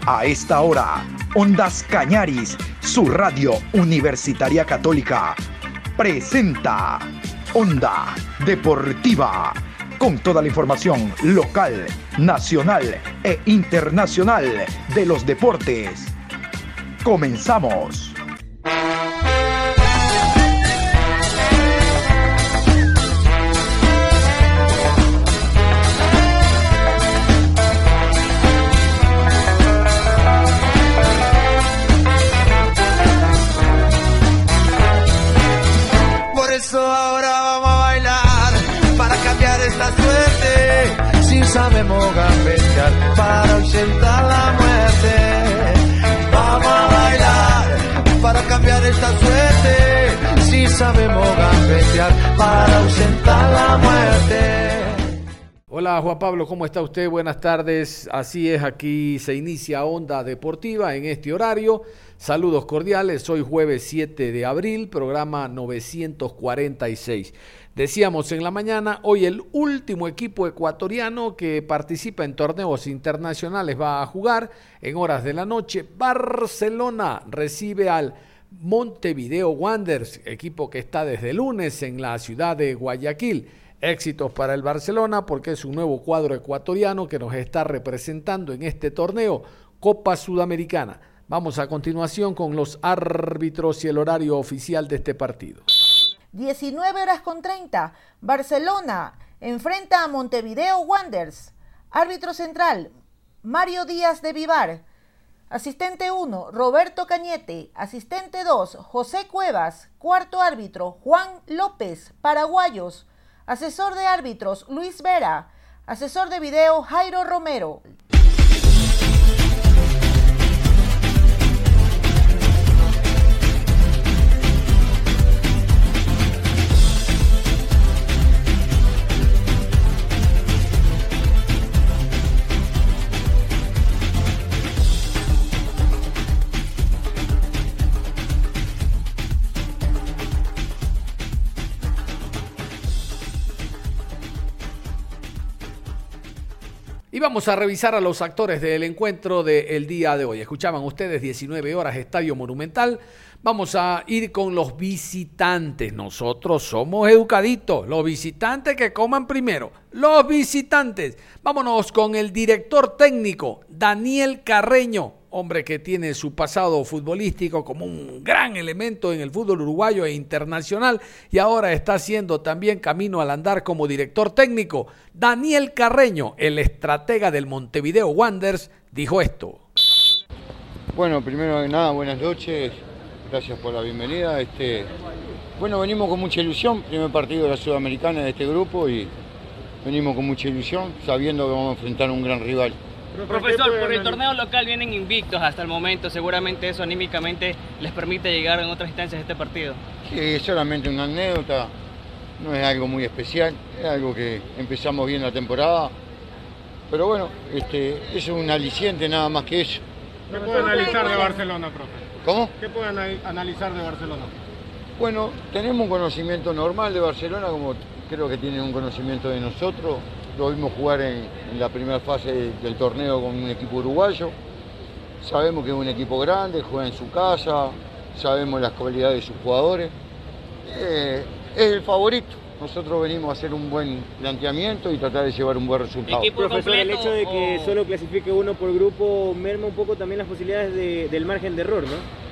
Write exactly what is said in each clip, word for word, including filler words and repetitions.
A esta hora, Ondas Cañaris, su radio universitaria católica, presenta Onda Deportiva, con toda la información local, nacional e internacional de los deportes. Comenzamos. Ahora vamos a bailar para cambiar esta suerte. Si sabemos gambetear para ausentar la muerte. Vamos a bailar para cambiar esta suerte. Si sabemos gambetear para ausentar la muerte. Hola Juan Pablo, ¿cómo está usted? Buenas tardes. Así es, aquí se inicia Onda Deportiva en este horario. Saludos cordiales, hoy jueves siete de abril, programa novecientos cuarenta y seis. Decíamos en la mañana, hoy el último equipo ecuatoriano que participa en torneos internacionales va a jugar en horas de la noche. Barcelona recibe al Montevideo Wanderers, equipo que está desde lunes en la ciudad de Guayaquil. Éxitos para el Barcelona porque es un nuevo cuadro ecuatoriano que nos está representando en este torneo, Copa Sudamericana. Vamos a continuación con los árbitros y el horario oficial de este partido. diecinueve horas con treinta, Barcelona enfrenta a Montevideo Wanderers. Árbitro central, Mario Díaz de Vivar. Asistente uno, Roberto Cañete. Asistente dos, José Cuevas. Cuarto árbitro, Juan López, paraguayos. Asesor de árbitros, Luis Vera. Asesor de video, Jairo Romero. Y vamos a revisar a los actores del encuentro del día de hoy. Escuchaban ustedes diecinueve horas, Estadio Monumental. Vamos a ir con los visitantes. Nosotros somos educaditos. Los visitantes que coman primero. Los visitantes. Vámonos con el director técnico, Daniel Carreño. Hombre que tiene su pasado futbolístico como un gran elemento en el fútbol uruguayo e internacional y ahora está haciendo también camino al andar como director técnico. Daniel Carreño, el estratega del Montevideo Wanderers, dijo esto. Bueno, primero de nada, buenas noches, gracias por la bienvenida. Este, bueno, venimos con mucha ilusión, primer partido de la Sudamericana de este grupo y venimos con mucha ilusión, sabiendo que vamos a enfrentar a un gran rival. Profesor, por el torneo local vienen invictos hasta el momento, seguramente eso anímicamente les permite llegar en otras instancias de este partido. Sí, es solamente una anécdota, no es algo muy especial, es algo que empezamos bien la temporada, pero bueno, este, es un aliciente nada más que eso. ¿Qué puede analizar de Barcelona, profe? ¿Cómo? ¿Qué puede analizar de Barcelona? Bueno, tenemos un conocimiento normal de Barcelona, como creo que tienen un conocimiento de nosotros. Lo vimos jugar en, en la primera fase del torneo con un equipo uruguayo. Sabemos que es un equipo grande, juega en su casa, sabemos las cualidades de sus jugadores. Eh, es el favorito. Nosotros venimos a hacer un buen planteamiento y tratar de llevar un buen resultado. Profesor, el hecho de que o... solo clasifique uno por grupo merma un poco también las posibilidades de, del margen de error, ¿no?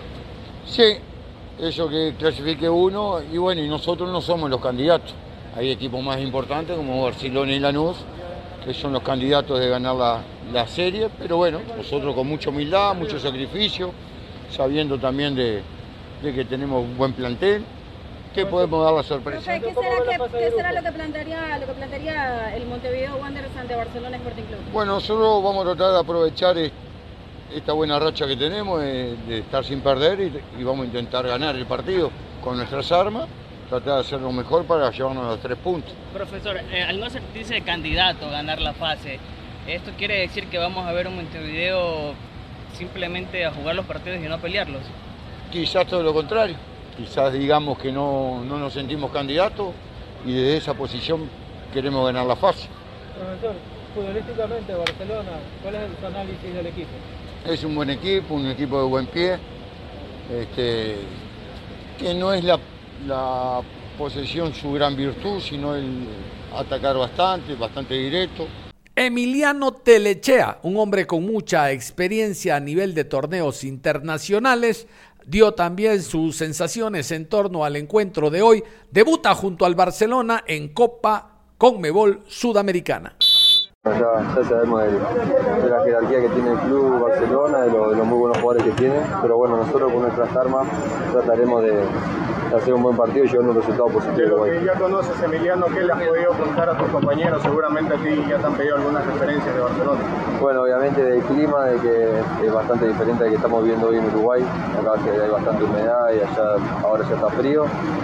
Sí, eso que clasifique uno y bueno, y nosotros no somos los candidatos. Hay equipos más importantes como Barcelona y Lanús, que son los candidatos de ganar la, la serie, pero bueno, nosotros con mucha humildad, mucho sacrificio, sabiendo también de, de que tenemos un buen plantel, que podemos dar la sorpresa. Profe, ¿qué será, que, ¿qué será lo que plantearía, lo que plantearía el Montevideo Wanderers ante Barcelona Sporting Club? Bueno, nosotros vamos a tratar de aprovechar esta buena racha que tenemos, de, de estar sin perder y, y vamos a intentar ganar el partido con nuestras armas. Tratar de hacer lo mejor para llevarnos los tres puntos. Profesor, eh, al no sentirse candidato a ganar la fase, ¿esto quiere decir que vamos a ver un Montevideo simplemente a jugar los partidos y no a pelearlos? Quizás todo lo contrario. Quizás digamos que no, no nos sentimos candidatos y desde esa posición queremos ganar la fase. Profesor, futbolísticamente Barcelona, ¿cuál es su análisis del equipo? es un buen equipo, un equipo de buen pie, este, que no es la, la posesión su gran virtud, sino el atacar bastante, bastante directo. Emiliano Telechea, un hombre con mucha experiencia a nivel de torneos internacionales, dio también sus sensaciones en torno al encuentro de hoy. Debuta junto al Barcelona en Copa Conmebol Sudamericana. Ya, ya sabemos de, de la jerarquía que tiene el club Barcelona, de, lo, de los muy buenos jugadores que tiene, pero bueno, nosotros con nuestras armas trataremos de, de hacer un buen partido y llevar un resultado positivo. De lo que ya conoces, Emiliano, ¿qué le has podido contar a tus compañeros? Seguramente a ti ya te han pedido algunas referencias de Barcelona. Bueno, obviamente del clima, de que es bastante diferente al que estamos viviendo hoy en Uruguay. Acá hay bastante humedad y allá ahora ya está frío.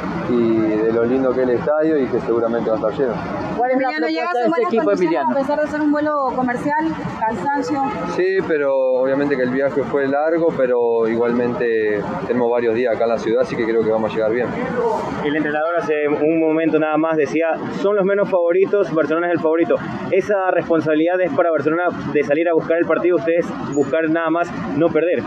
Y de lo lindo que es el estadio y que seguramente va a estar lleno. ¿Cuál es la propuesta de este equipo, Emiliano? A pesar de ser un vuelo comercial, cansancio. Sí, pero obviamente que el viaje fue largo, pero igualmente tenemos varios días acá en la ciudad, así que creo que vamos a llegar bien. El entrenador hace un momento nada más decía, son los menos favoritos, Barcelona es el favorito. ¿Esa responsabilidad es para Barcelona de salir a buscar el partido, ustedes buscar nada más no perder?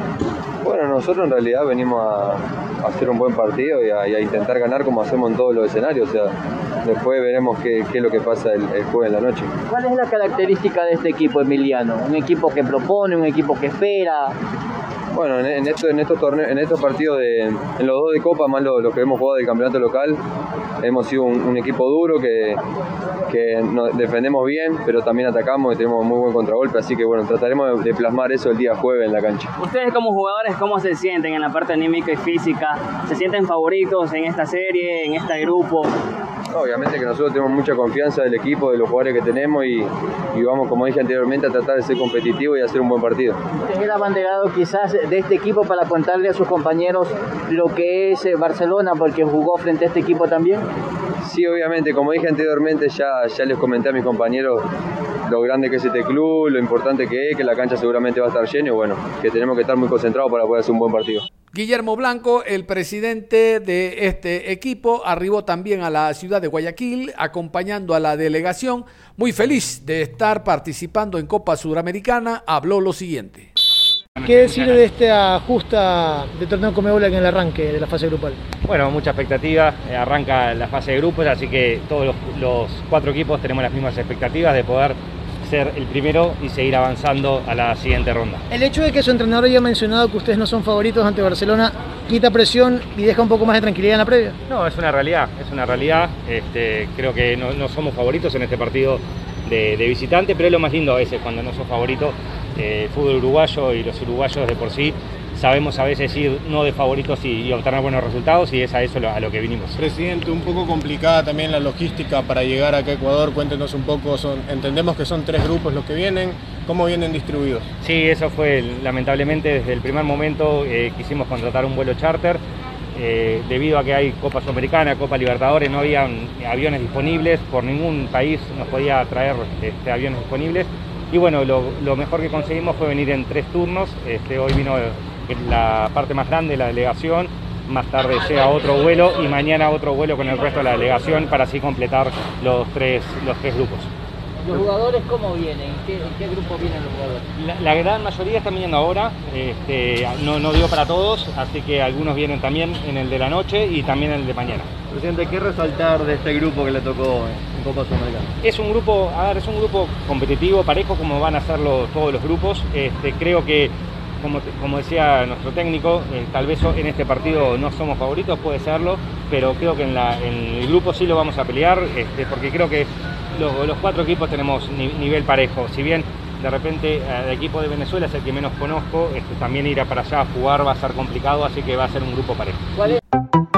Bueno, nosotros en realidad venimos a, a hacer un buen partido y a, y a intentar ganar como hacemos en todos los escenarios. O sea, después veremos qué, qué es lo que pasa el, el jueves en la noche. ¿Cuál es la característica de este equipo, Emiliano? ¿Un equipo que propone, un equipo que espera? Bueno, en, en, esto, en estos torneos, en estos partidos, de, en los dos de Copa, más los, los que hemos jugado del campeonato local, hemos sido un, un equipo duro que, que nos defendemos bien, pero también atacamos y tenemos muy buen contragolpe, así que bueno, trataremos de, de plasmar eso el día jueves en la cancha. Ustedes como jugadores, ¿cómo se sienten en la parte anímica y física? ¿Se sienten favoritos en esta serie, en este grupo? Obviamente que nosotros tenemos mucha confianza del equipo, de los jugadores que tenemos y, y vamos, como dije anteriormente, a tratar de ser competitivos y hacer un buen partido. Usted es el abanderado quizás de este equipo para contarle a sus compañeros lo que es Barcelona, porque jugó frente a este equipo también. Sí, obviamente, como dije anteriormente, ya, ya les comenté a mis compañeros lo grande que es este club, lo importante que es, que la cancha seguramente va a estar llena y bueno, que tenemos que estar muy concentrados para poder hacer un buen partido. Guillermo Blanco, el presidente de este equipo, arribó también a la ciudad de Guayaquil acompañando a la delegación. Muy feliz de estar participando en Copa Sudamericana, habló lo siguiente. ¿Qué decir de esta justa de torneo Conmebol en el arranque de la fase grupal? Bueno, mucha expectativa, eh, arranca la fase de grupos, así que todos los, los cuatro equipos tenemos las mismas expectativas de poder ser el primero y seguir avanzando a la siguiente ronda. El hecho de que su entrenador haya mencionado que ustedes no son favoritos ante Barcelona, ¿quita presión y deja un poco más de tranquilidad en la previa? No, es una realidad, es una realidad. Este, creo que no, no somos favoritos en este partido de, de visitante, pero es lo más lindo a veces cuando no sos favorito. Eh, el fútbol uruguayo y los uruguayos de por sí sabemos a veces ir no de favoritos y, y obtener buenos resultados y es a eso lo, a lo que vinimos. Presidente, un poco complicada también la logística para llegar acá a Ecuador, cuéntenos un poco, son, entendemos que son tres grupos los que vienen, ¿cómo vienen distribuidos? Sí, eso fue lamentablemente desde el primer momento, eh, quisimos contratar un vuelo charter, eh, debido a que hay Copa Sudamericana, Copa Libertadores, no había aviones disponibles, por ningún país nos podía traer este, aviones disponibles. Y bueno, lo, lo mejor que conseguimos fue venir en tres turnos. Este, hoy vino la parte más grande de la delegación, más tarde llega otro vuelo y mañana otro vuelo con el resto de la delegación para así completar los tres, los tres grupos. ¿Los jugadores cómo vienen? ¿En qué, en qué grupo vienen los jugadores? La, la gran mayoría están viniendo ahora, este, no, no dio para todos, así que algunos vienen también en el de la noche y también en el de mañana. Presidente, ¿qué resaltar de este grupo que le tocó en Copa Sudamericana? Es un grupo, a ver, es un grupo competitivo, parejo como van a serlo todos los grupos. Este, creo que, como, como decía nuestro técnico, eh, tal vez en este partido no somos favoritos, puede serlo, pero creo que en, la, en el grupo sí lo vamos a pelear, este, porque creo que los, los cuatro equipos tenemos ni, nivel parejo. Si bien de repente el equipo de Venezuela es el que menos conozco, este, también ir a para allá a jugar va a ser complicado, así que va a ser un grupo parejo. ¿Cuál es?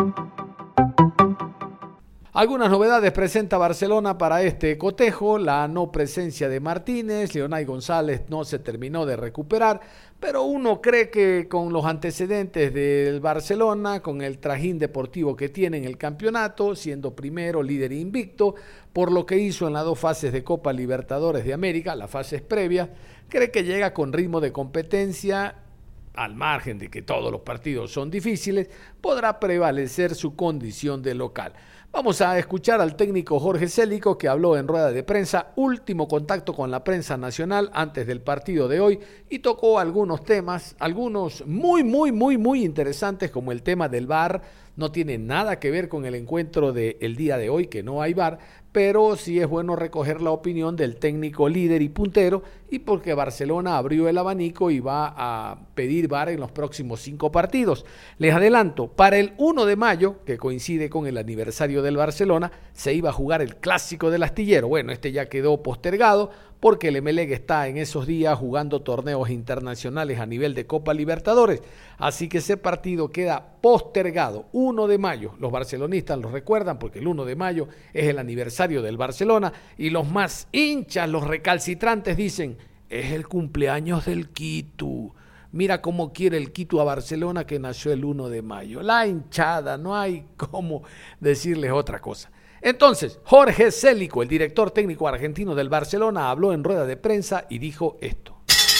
Algunas novedades presenta Barcelona para este cotejo, la no presencia de Martínez, Leonay González no se terminó de recuperar, pero uno cree que con los antecedentes del Barcelona, con el trajín deportivo que tiene en el campeonato, siendo primero líder invicto, por lo que hizo en las dos fases de Copa Libertadores de América, las fases previas, cree que llega con ritmo de competencia, al margen de que todos los partidos son difíciles, podrá prevalecer su condición de local. Vamos a escuchar al técnico Jorge Célico, que habló en rueda de prensa, último contacto con la prensa nacional antes del partido de hoy, y tocó algunos temas, algunos muy, muy, muy, muy interesantes, como el tema del V A R. No tiene nada que ver con el encuentro del día de hoy, que no hay V A R, pero sí es bueno recoger la opinión del técnico líder y puntero, y porque Barcelona abrió el abanico y va a pedir V A R en los próximos cinco partidos. Les adelanto, para el uno de mayo, que coincide con el aniversario del Barcelona, se iba a jugar el Clásico del Astillero. Bueno, este ya quedó postergado porque el Emelec está en esos días jugando torneos internacionales a nivel de Copa Libertadores, así que ese partido queda postergado, uno de mayo. Los barcelonistas lo recuerdan porque el uno de mayo es el aniversario del Barcelona, y los más hinchas, los recalcitrantes, dicen, es el cumpleaños del Quito. Mira cómo quiere el Quito a Barcelona, que nació el uno de mayo. La hinchada, no hay cómo decirles otra cosa. Entonces, Jorge Célico, el director técnico argentino del Barcelona, habló en rueda de prensa y dijo esto.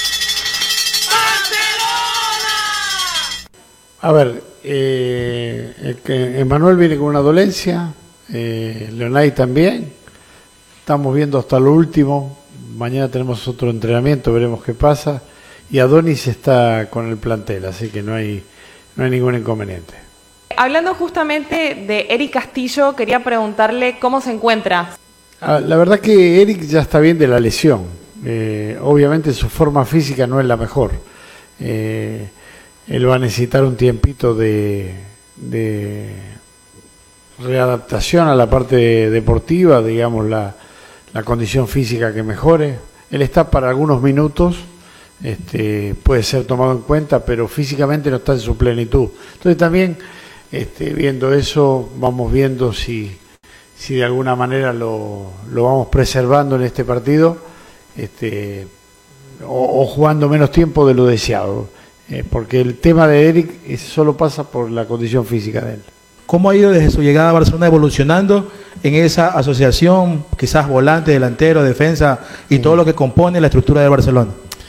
A ver, eh, Emmanuel viene con una dolencia, eh, Leonay también, estamos viendo hasta lo último, mañana tenemos otro entrenamiento, veremos qué pasa, y Adonis está con el plantel, así que no hay, no hay ningún inconveniente. Hablando justamente de Eric Castillo, quería preguntarle cómo se encuentra. Ah, la verdad que Eric ya está bien de la lesión. Eh, obviamente su forma física no es la mejor. Eh, él va a necesitar un tiempito de, de readaptación a la parte deportiva, digamos, la, la condición física que mejore. Él está para algunos minutos, este, puede ser tomado en cuenta, pero físicamente no está en su plenitud. Entonces también... Este, viendo eso, vamos viendo si, si de alguna manera lo, lo vamos preservando en este partido, este, o, o jugando menos tiempo de lo deseado, eh, porque el tema de Eric es, solo pasa por la condición física de él. ¿Cómo ha ido desde su llegada a Barcelona evolucionando en esa asociación, quizás volante, delantero, defensa y sí, todo lo que compone la estructura de Barcelona?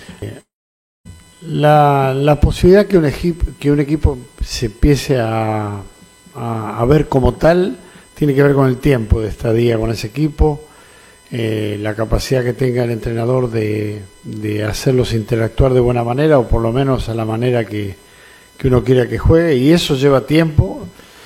La, la posibilidad que un, equipo, que un equipo se empiece a, a, a ver como tal tiene que ver con el tiempo de estadía con ese equipo, eh, la capacidad que tenga el entrenador de, de hacerlos interactuar de buena manera, o por lo menos a la manera que, que uno quiera que juegue, y eso lleva tiempo,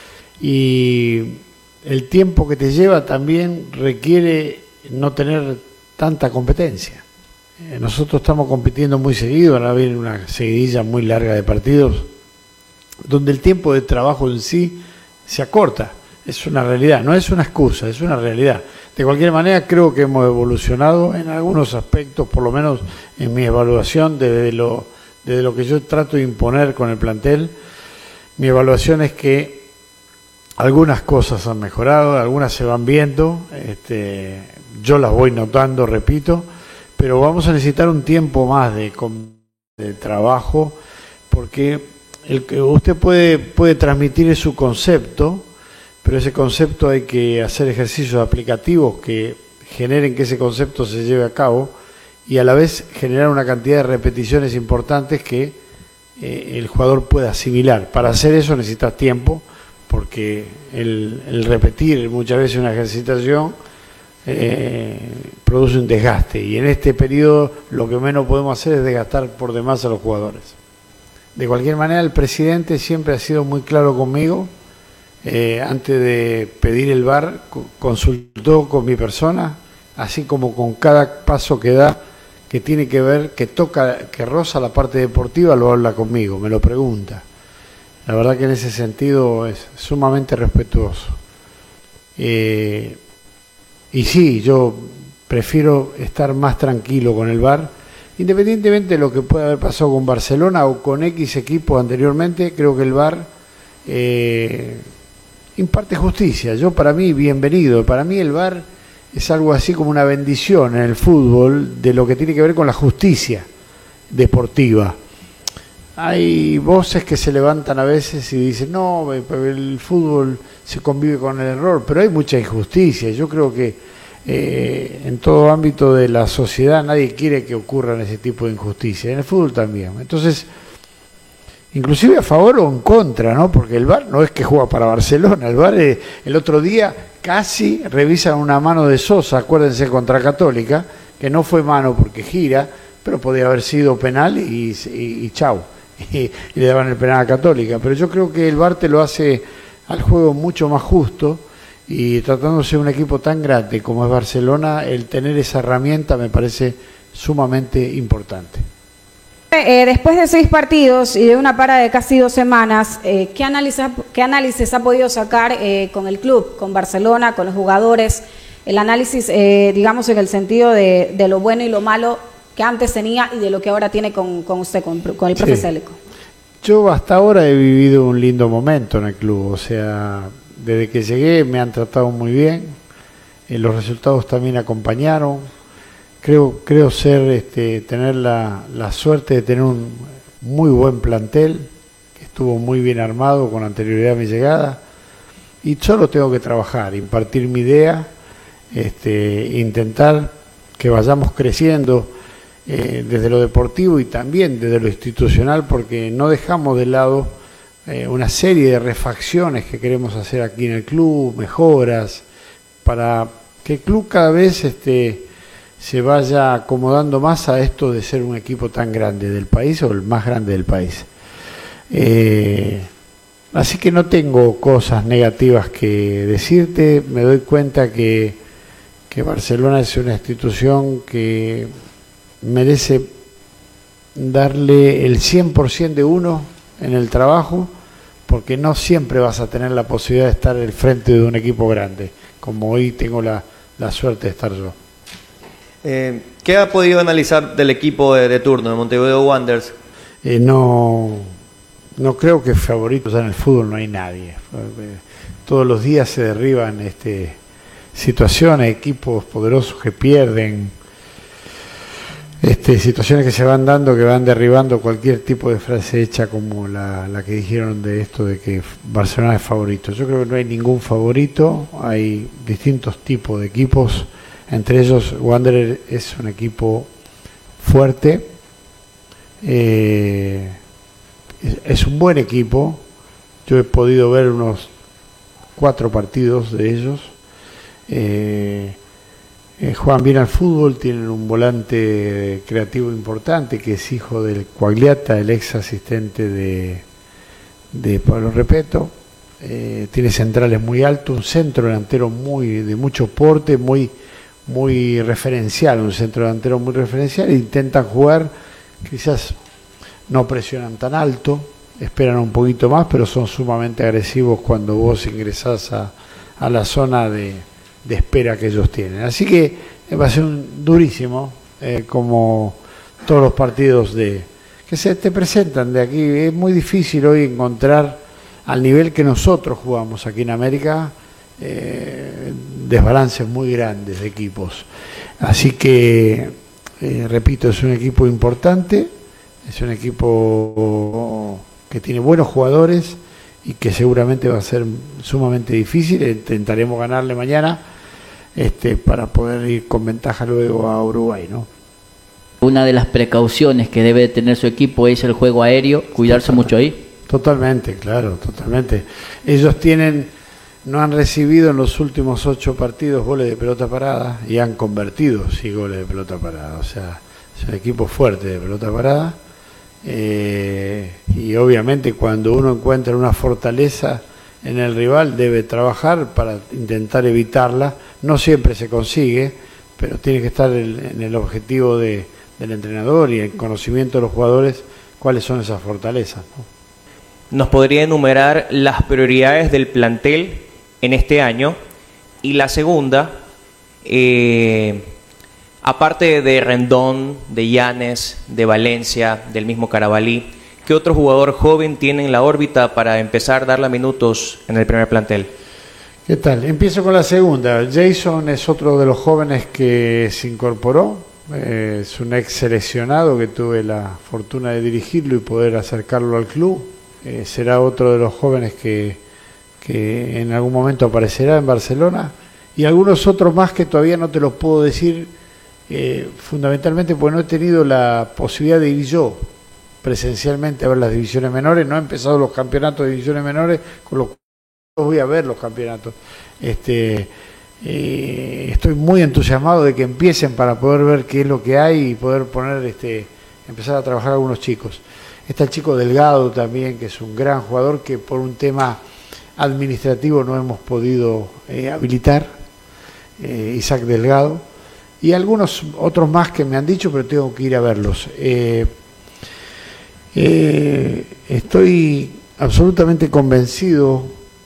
y el tiempo que te lleva también requiere no tener tanta competencia. Nosotros estamos compitiendo muy seguido, ahora viene una seguidilla muy larga de partidos, donde el tiempo de trabajo en sí se acorta. Es una realidad, no es una excusa, es una realidad. De cualquier manera, creo que hemos evolucionado en algunos aspectos, por lo menos en mi evaluación, desde lo, desde lo que yo trato de imponer con el plantel. Mi evaluación es que algunas cosas han mejorado, algunas se van viendo, este, yo las voy notando, repito, pero vamos a necesitar un tiempo más de, de trabajo, porque el que usted puede, puede transmitir su concepto, pero ese concepto hay que hacer ejercicios aplicativos que generen que ese concepto se lleve a cabo, y a la vez generar una cantidad de repeticiones importantes que eh, el jugador pueda asimilar. Para hacer eso necesitas tiempo, porque el, el repetir muchas veces una ejercitación Eh, produce un desgaste, y en este periodo lo que menos podemos hacer es desgastar por demás a los jugadores. De cualquier manera, el presidente siempre ha sido muy claro conmigo. Eh, antes de pedir el V A R, consultó con mi persona, así como con cada paso que da, que tiene que ver, que toca, que roza la parte deportiva, lo habla conmigo, me lo pregunta. La verdad que en ese sentido es sumamente respetuoso. Eh, Y sí, yo prefiero estar más tranquilo con el V A R, independientemente de lo que pueda haber pasado con Barcelona o con X equipo anteriormente. Creo que el V A R eh, imparte justicia. Yo, para mí, bienvenido. Para mí el V A R es algo así como una bendición en el fútbol, de lo que tiene que ver con la justicia deportiva. Hay voces que se levantan a veces y dicen, no, el fútbol se convive con el error, pero hay mucha injusticia. Yo creo que eh, en todo ámbito de la sociedad nadie quiere que ocurran ese tipo de injusticia, en el fútbol también. Entonces, inclusive a favor o en contra, ¿no? Porque el V A R no es que juega para Barcelona, el V A R el otro día casi revisan una mano de Sosa, acuérdense, contra Católica, que no fue mano porque gira, pero podía haber sido penal y, y, y chau, y, y le daban el penal a Católica. Pero yo creo que el V A R te lo hace al juego mucho más justo, y tratándose de un equipo tan grande como es Barcelona, el tener esa herramienta me parece sumamente importante. Eh, después de seis partidos y de una para de casi dos semanas, eh, ¿qué, análisis, ¿qué análisis ha podido sacar eh, con el club, con Barcelona, con los jugadores? El análisis, eh, digamos, en el sentido de, de lo bueno y lo malo que antes tenía y de lo que ahora tiene con, con usted, con, con el profe Sí. Célico. Yo hasta ahora he vivido un lindo momento en el club, o sea, desde que llegué me han tratado muy bien, eh, los resultados también acompañaron. Creo, creo ser, este, tener la, la suerte de tener un muy buen plantel, que estuvo muy bien armado con anterioridad a mi llegada, y solo tengo que trabajar, impartir mi idea, este, intentar que vayamos creciendo eh, desde lo deportivo y también desde lo institucional, porque no dejamos de lado eh, una serie de refacciones que queremos hacer aquí en el club, mejoras, para que el club cada vez este, se vaya acomodando más a esto de ser un equipo tan grande del país, o el más grande del país. Eh, así que no tengo cosas negativas que decirte. Me doy cuenta que, que Barcelona es una institución que merece darle el cien por ciento de uno en el trabajo, porque no siempre vas a tener la posibilidad de estar al frente de un equipo grande, como hoy tengo la, la suerte de estar yo. Eh, ¿Qué ha podido analizar del equipo de, de turno, de Montevideo Wanderers? Eh, no, no creo que favoritos en el fútbol no hay nadie. Todos los días se derriban este, situaciones, equipos poderosos que pierden, este, situaciones que se van dando, que van derribando cualquier tipo de frase hecha como la, la que dijeron de esto de que Barcelona es favorito. Yo creo que no hay ningún favorito, hay distintos tipos de equipos. Entre ellos, Wanderers es un equipo fuerte, eh, es, es un buen equipo. Yo he podido ver unos cuatro partidos de ellos. Eh, eh, juegan bien al fútbol, tienen un volante creativo importante que es hijo del Quagliata, el ex asistente de, de Pablo Repeto. Eh, tiene centrales muy altos, un centro delantero muy de mucho porte, muy muy referencial, un centro delantero muy referencial. Intentan jugar, quizás no presionan tan alto, esperan un poquito más, pero son sumamente agresivos cuando vos ingresás a, a la zona de, de espera que ellos tienen. Así que va a ser un durísimo, eh, como todos los partidos de que se te presentan de aquí. Es muy difícil hoy encontrar al nivel que nosotros jugamos aquí en América, Eh, desbalances muy grandes de equipos. Así que, eh, repito, es un equipo importante, es un equipo que tiene buenos jugadores y que seguramente va a ser sumamente difícil. Intentaremos ganarle mañana este, para poder ir con ventaja luego a Uruguay, ¿no? Una de las precauciones que debe tener su equipo es el juego aéreo, cuidarse mucho ahí. Totalmente, claro, totalmente. Ellos tienen... No han recibido en los últimos ocho partidos goles de pelota parada y han convertido sí goles de pelota parada. O sea, es un equipo fuerte de pelota parada. Eh, y obviamente cuando uno encuentra una fortaleza en el rival debe trabajar para intentar evitarla. No siempre se consigue, pero tiene que estar el, en el objetivo de, del entrenador y el conocimiento de los jugadores cuáles son esas fortalezas, ¿no? ¿Nos podría enumerar las prioridades del plantel en este año? Y la segunda, eh, aparte de Rendón, de Llanes, de Valencia, del mismo Carabalí, ¿qué otro jugador joven tiene en la órbita para empezar a darle minutos en el primer plantel? ¿Qué tal? Empiezo con la segunda. Jason es otro de los jóvenes que se incorporó. Eh, es un ex seleccionado que tuve la fortuna de dirigirlo y poder acercarlo al club. Eh, será otro de los jóvenes que que en algún momento aparecerá en Barcelona, y algunos otros más que todavía no te los puedo decir, eh, fundamentalmente porque no he tenido la posibilidad de ir yo presencialmente a ver las divisiones menores, no he empezado los campeonatos de divisiones menores, con lo voy a ver los campeonatos. Este, eh, estoy muy entusiasmado de que empiecen para poder ver qué es lo que hay y poder poner, este, empezar a trabajar algunos chicos. Está el chico Delgado también, que es un gran jugador que por un tema administrativo no hemos podido eh, habilitar, eh, Isaac Delgado, y algunos otros más que me han dicho, pero tengo que ir a verlos. Eh, eh, estoy absolutamente convencido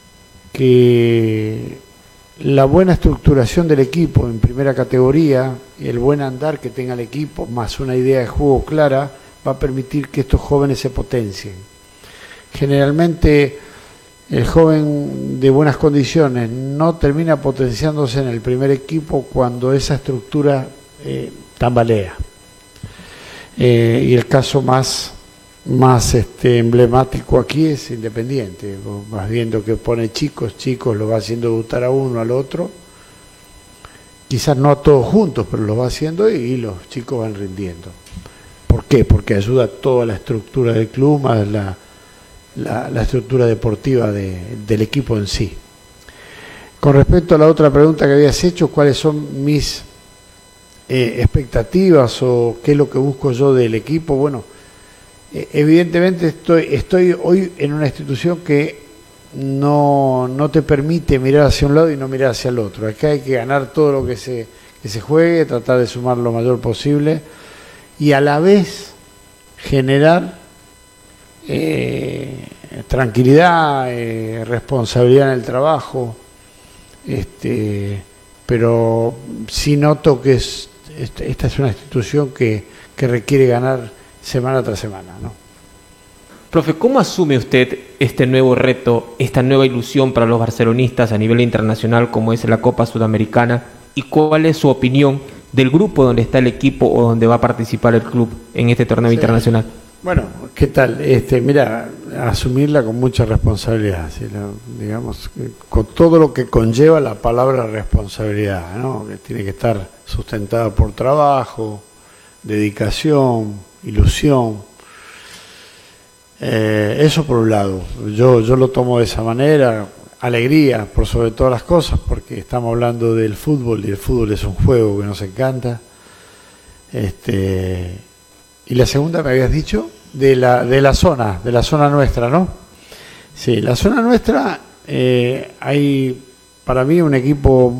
que la buena estructuración del equipo en primera categoría y el buen andar que tenga el equipo, más una idea de juego clara, va a permitir que estos jóvenes se potencien. Generalmente el joven de buenas condiciones no termina potenciándose en el primer equipo cuando esa estructura eh, tambalea. Eh, y el caso más, más este, emblemático aquí es Independiente. Vos vas viendo que pone chicos, chicos, lo va haciendo debutar a uno, al otro. Quizás no a todos juntos, pero lo va haciendo y, y los chicos van rindiendo. ¿Por qué? Porque ayuda toda la estructura del club, más la, la, la estructura deportiva de, del equipo en sí. Con respecto a la otra pregunta que habías hecho, ¿cuáles son mis eh, expectativas o qué es lo que busco yo del equipo? Bueno, eh, evidentemente estoy, estoy hoy en una institución que no, no te permite mirar hacia un lado y no mirar hacia el otro. Acá hay que ganar todo lo que se, que se juegue, tratar de sumar lo mayor posible y a la vez generar eh, tranquilidad, eh, responsabilidad en el trabajo, este, pero sí noto que es, esta es una institución que, que requiere ganar semana tras semana, ¿no? Profe, ¿cómo asume usted este nuevo reto, esta nueva ilusión para los barcelonistas a nivel internacional como es la Copa Sudamericana? ¿Y cuál es su opinión del grupo donde está el equipo o donde va a participar el club en este torneo sí. internacional? Bueno, ¿qué tal? Este, mira, asumirla con mucha responsabilidad, ¿sí? La, digamos, con todo lo que conlleva la palabra responsabilidad, ¿no? Que tiene que estar sustentada por trabajo, dedicación, ilusión. Eh, eso por un lado, yo, yo lo tomo de esa manera, alegría por sobre todas las cosas, porque estamos hablando del fútbol y el fútbol es un juego que nos encanta. Este, y la segunda me habías dicho de la de la zona, de la zona nuestra, ¿no? Sí, la zona nuestra eh, hay para mí un equipo.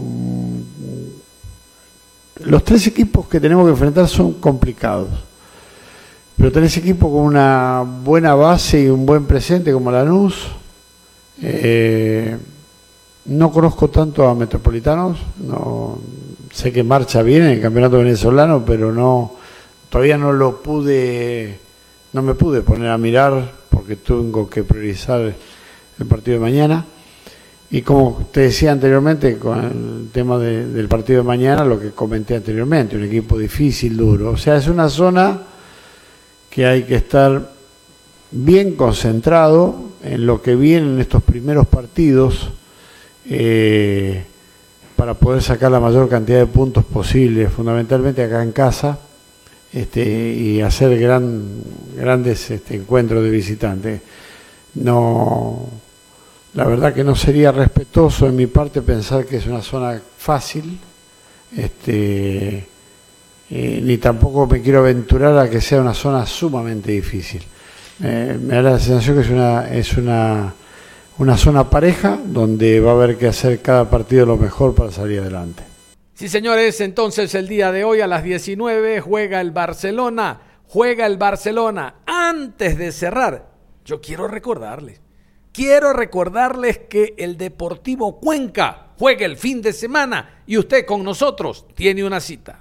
Los tres equipos que tenemos que enfrentar son complicados. Pero tenés equipo con una buena base y un buen presente como Lanús. Eh, no conozco tanto a Metropolitanos, no sé que marcha bien en el campeonato venezolano, pero no todavía no lo pude, no me pude poner a mirar porque tengo que priorizar el partido de mañana. Y como te decía anteriormente, con el tema de, del partido de mañana, lo que comenté anteriormente, un equipo difícil, duro. O sea, es una zona que hay que estar bien concentrado en lo que viene en estos primeros partidos eh, para poder sacar la mayor cantidad de puntos posible, fundamentalmente acá en casa, este, y hacer gran, grandes este, encuentros de visitantes. No, la verdad que no sería respetuoso en mi parte pensar que es una zona fácil, este Eh, ni tampoco me quiero aventurar a que sea una zona sumamente difícil. Eh, me da la sensación que es una es una una zona pareja donde va a haber que hacer cada partido lo mejor para salir adelante. Sí, señores, entonces el día de hoy a las diecinueve juega el Barcelona, juega el Barcelona. Antes de cerrar, yo quiero recordarles, quiero recordarles que el Deportivo Cuenca juega el fin de semana y usted con nosotros tiene una cita.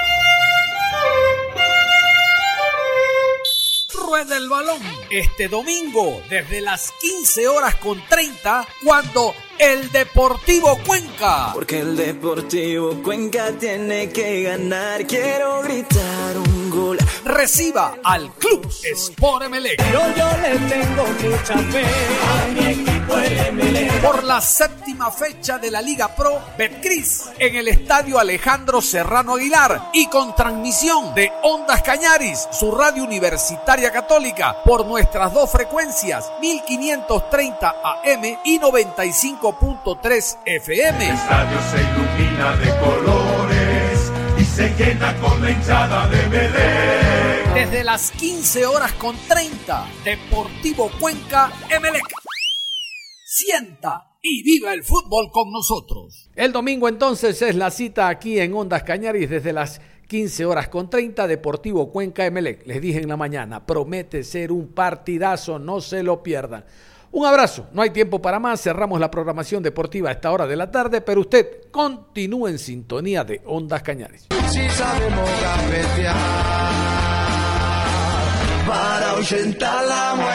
Rueda el balón este domingo desde las quince horas con treinta cuando el Deportivo Cuenca. Porque el Deportivo Cuenca tiene que ganar. Quiero gritar un gol. Reciba al Club Sport Emelec. Yo, yo le tengo mucha fe a mi equipo el Emelec. Por la séptima fecha de la Liga Pro Betcris en el Estadio Alejandro Serrano Aguilar y con transmisión de Ondas Cañaris, su radio universitaria católica, por nuestras dos frecuencias, mil quinientos treinta A M y noventa y cinco punto tres F M. El estadio se ilumina de colores y se llena con la hinchada de Emelec. Desde las quince horas con treinta, Deportivo Cuenca Emelec. Sienta y viva el fútbol con nosotros. El domingo entonces es la cita aquí en Ondas Cañaris desde las quince horas con treinta, Deportivo Cuenca Emelec. Les dije en la mañana, promete ser un partidazo, no se lo pierdan. Un abrazo, no hay tiempo para más, cerramos la programación deportiva a esta hora de la tarde, pero usted continúe en sintonía de Ondas Cañaris. Si sabemos gambetear para ahuyentar la muerte.